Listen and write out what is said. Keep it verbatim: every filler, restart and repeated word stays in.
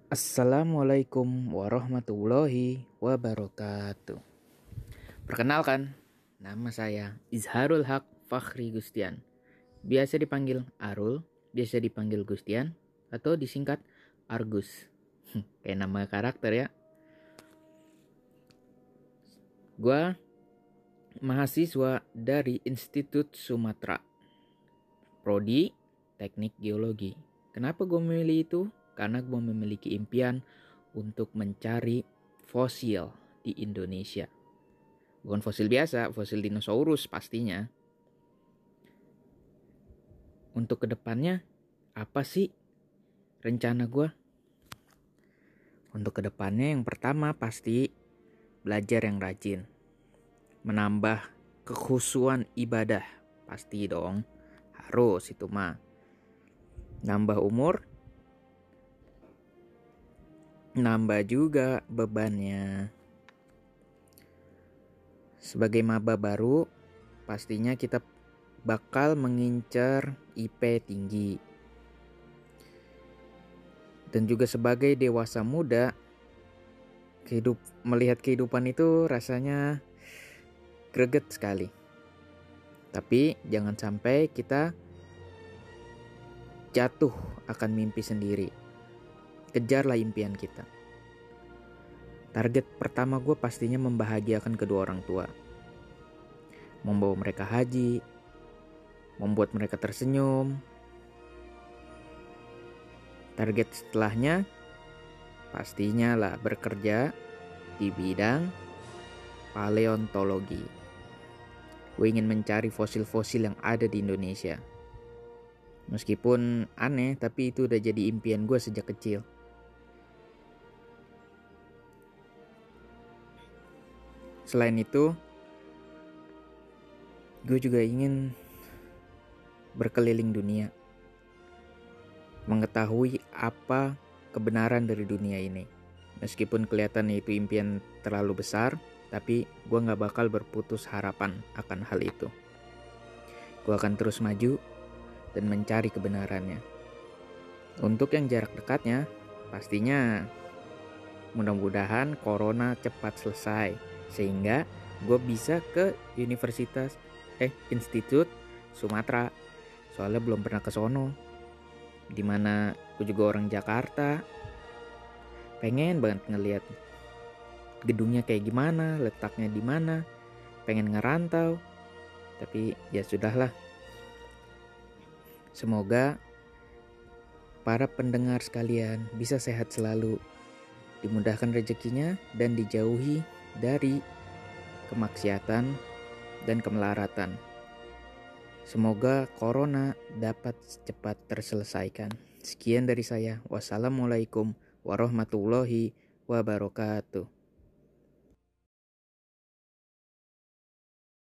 Assalamualaikum warahmatullahi wabarakatuh. Perkenalkan, nama saya Izharul Haq Fakhri Gustian. Biasa dipanggil Arul, biasa dipanggil Gustian, atau disingkat Argus. Kayak nama karakter ya. Gua mahasiswa dari Institut Sumatera, Prodi Teknik Geologi. Kenapa gue memilih itu? Karena gue memiliki impian untuk mencari fosil di Indonesia. Bukan fosil biasa, fosil dinosaurus pastinya. Untuk kedepannya, apa sih rencana gue? Untuk kedepannya yang pertama pasti belajar yang rajin. Menambah kekhusyuan ibadah, pasti dong. Harus itu mah. Nambah umur, nambah juga bebannya. Sebagai maba baru, pastinya kita bakal mengincar I P tinggi. Dan juga sebagai dewasa muda, kehidup, melihat kehidupan itu rasanya greget sekali. Tapi jangan sampai kita jatuh akan mimpi sendiri. Kejarlah impian kita. Target pertama gue pastinya membahagiakan kedua orang tua. Membawa mereka haji, membuat mereka tersenyum. Target setelahnya pastinya lah bekerja di bidang paleontologi. Gue ingin mencari fosil-fosil yang ada di Indonesia. Meskipun aneh, tapi itu udah jadi impian gue sejak kecil. Selain itu, gue juga ingin berkeliling dunia, mengetahui apa kebenaran dari dunia ini. Meskipun kelihatan itu impian terlalu besar, tapi gue gak bakal berputus harapan akan hal itu. Gue akan terus maju dan mencari kebenarannya. Untuk yang jarak dekatnya, pastinya mudah-mudahan corona cepat selesai, sehingga gue bisa ke Universitas eh Institut Sumatera. Soalnya belum pernah ke sono. Dimana gue juga orang Jakarta, pengen banget ngeliat gedungnya kayak gimana, letaknya di mana, pengen ngerantau. Tapi ya sudahlah. Semoga para pendengar sekalian bisa sehat selalu, dimudahkan rezekinya, dan dijauhi dari kemaksiatan dan kemelaratan. Semoga corona dapat cepat terselesaikan. Sekian dari saya. Wassalamualaikum warahmatullahi wabarakatuh.